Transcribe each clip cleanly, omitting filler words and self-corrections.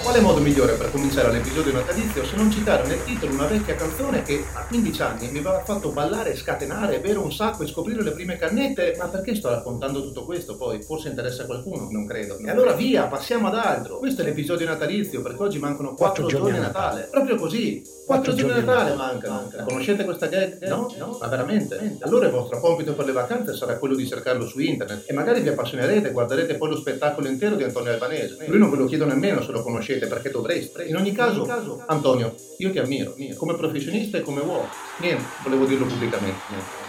Quale modo migliore per cominciare l'episodio natalizio se non citare nel titolo una vecchia canzone che a 15 anni mi aveva fatto ballare, scatenare, bere un sacco e scoprire le prime cannette? Ma perché sto raccontando tutto questo poi? Forse interessa a qualcuno? Non credo. E allora via, passiamo ad altro. Questo è l'episodio natalizio perché oggi mancano 4 giorni a Natale. Proprio così. 4 giorni a Natale mancano. Conoscete questa gag? No? Ma veramente? Allora il vostro compito per le vacanze sarà quello di cercarlo su internet e magari vi appassionerete, guarderete poi lo spettacolo intero di Antonio Albanese. Lui non ve lo chiedo nemmeno se lo conoscete, perché dovreste. In ogni caso, Antonio, io ti ammiro, come professionista e come uomo. Niente, volevo dirlo pubblicamente.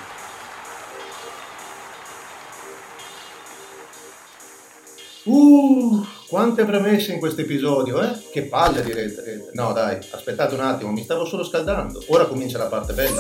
Quante premesse in questo episodio, eh? Che palle, direte. No, dai, aspettate un attimo, mi stavo solo scaldando. Ora comincia la parte bella.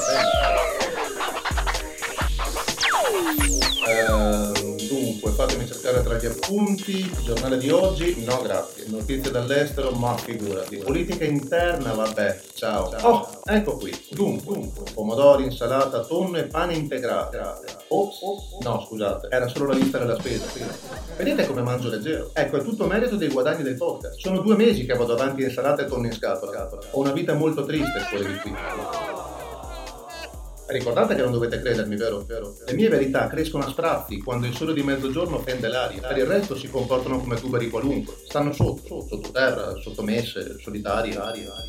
Dunque, fatemi cercare tra gli appunti. Giornale di oggi? No, grazie. Notizie dall'estero? Ma figurati. Politica interna? Vabbè, ciao. Oh, ecco qui. Dunque, pomodori, insalata, tonno e pane integrale. No, scusate, era solo la lista della spesa. Vedete come mangio leggero? Ecco, è tutto merito dei guadagni del podcast. Sono 2 mesi che vado avanti a insalata e tonno in scatola. Ho una vita molto triste fuori di qui. Ricordate che non dovete credermi, vero? Le mie verità crescono a sprazzi quando il sole di mezzogiorno fende l'aria. Per il resto si comportano come tuberi qualunque. Stanno sottoterra, sottomesse, solitarie.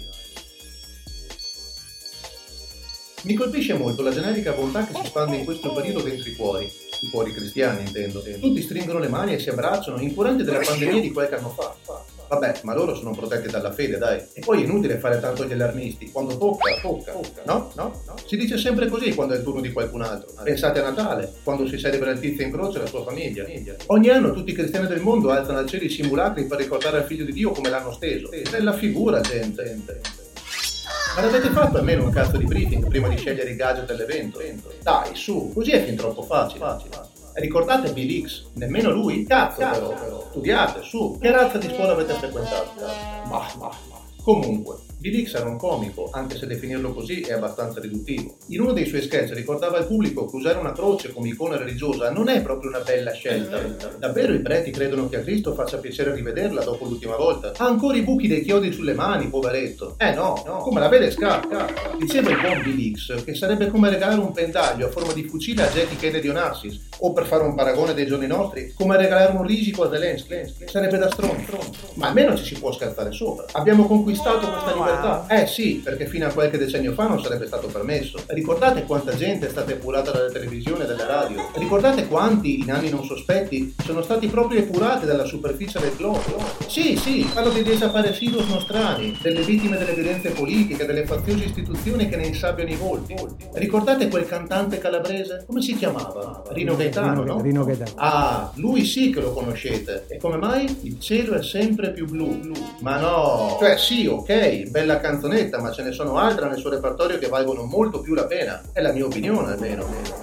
Mi colpisce molto la generica bontà che si spande in questo periodo dentro i cuori cristiani intendo. Tutti stringono le mani e si abbracciano, incuranti della pandemia di qualche anno fa. Vabbè, ma loro sono protetti dalla fede, dai. E poi è inutile fare tanto gli allarmisti. Quando tocca. No? Si dice sempre così quando è il turno di qualcun altro. Pensate a Natale, quando si celebra il tizio in croce e la sua famiglia. Ogni anno tutti i cristiani del mondo alzano al cielo i simulacri per ricordare al figlio di Dio come l'hanno steso. Bella figura, gente. Ma l'avete fatto almeno un cazzo di briefing prima di scegliere i gadget dell'evento? Dai, su, così è fin troppo facile. Ricordate Bill X? Nemmeno lui? Cazzo però. Studiate, su. Che razza di scuola avete frequentato? Ma. Comunque, Bill X era un comico, anche se definirlo così è abbastanza riduttivo. In uno dei suoi sketch ricordava al pubblico che usare una croce come icona religiosa non è proprio una bella scelta. Davvero i preti credono che a Cristo faccia piacere rivederla dopo l'ultima volta? Ha ancora i buchi dei chiodi sulle mani, poveretto. No, come la vede scappa. Diceva il buon Bill X che sarebbe come regalare un pendaglio a forma di fucile a Jackie Kennedy Onassis, o per fare un paragone dei giorni nostri, come regalare un risico a Zelensky. Sarebbe da stronzo. Ma almeno ci si può scherzare sopra. Abbiamo conquistato questa libertà. Sì, perché fino a qualche decennio fa non sarebbe stato permesso. Ricordate quanta gente è stata epurata dalla televisione e dalle radio? Ricordate quanti, in anni non sospetti, sono stati proprio epurati dalla superficie del globo? Sì, parlo dei desaparecidos nostrani, delle vittime delle violenze politiche, delle faziose istituzioni che ne insabbiano i volti. Ricordate quel cantante calabrese? Come si chiamava? Rino Gaetano, no? Rino Gaetano. Ah, lui sì che lo conoscete. E come mai? Il cielo è sempre più blu. Ma no! Cioè sì, ok, bella canzonetta, ma ce ne sono altre nel suo repertorio che valgono molto più la pena. È la mia opinione, almeno.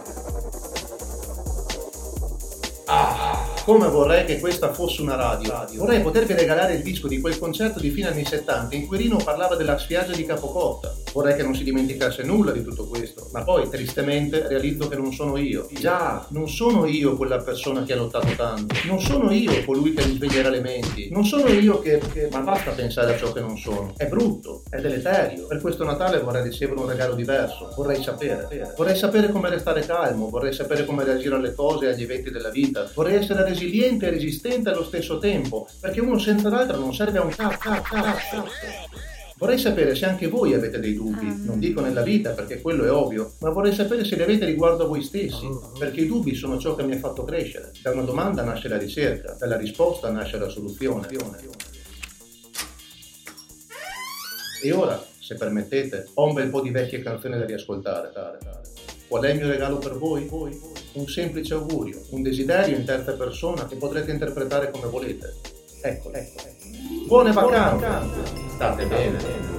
Come vorrei che questa fosse una radio. Vorrei potervi regalare il disco di quel concerto di fine anni 70 in cui Rino parlava della spiaggia di Capocotta. Vorrei che non si dimenticasse nulla di tutto questo. Ma poi, tristemente, realizzo che non sono io. Già, non sono io quella persona che ha lottato tanto. Non sono io colui che risveglierà le menti. Non sono io che... Ma basta pensare a ciò che non sono. È brutto, è deleterio. Per questo Natale vorrei ricevere un regalo diverso. Vorrei sapere come restare calmo. Vorrei sapere come reagire alle cose e agli eventi della vita. Vorrei essere resiliente e resistente allo stesso tempo, perché uno senza l'altro non serve a un cazzo. Vorrei sapere se anche voi avete dei dubbi, non dico nella vita perché quello è ovvio, ma vorrei sapere se li avete riguardo a voi stessi, perché i dubbi sono ciò che mi ha fatto crescere. Da una domanda nasce la ricerca, dalla risposta nasce la soluzione. E ora, se permettete, ho un bel po' di vecchie canzoni da riascoltare. Qual è il mio regalo per voi? Un semplice augurio, un desiderio in terza persona che potrete interpretare come volete. Ecco. Buone vacanze! State bene.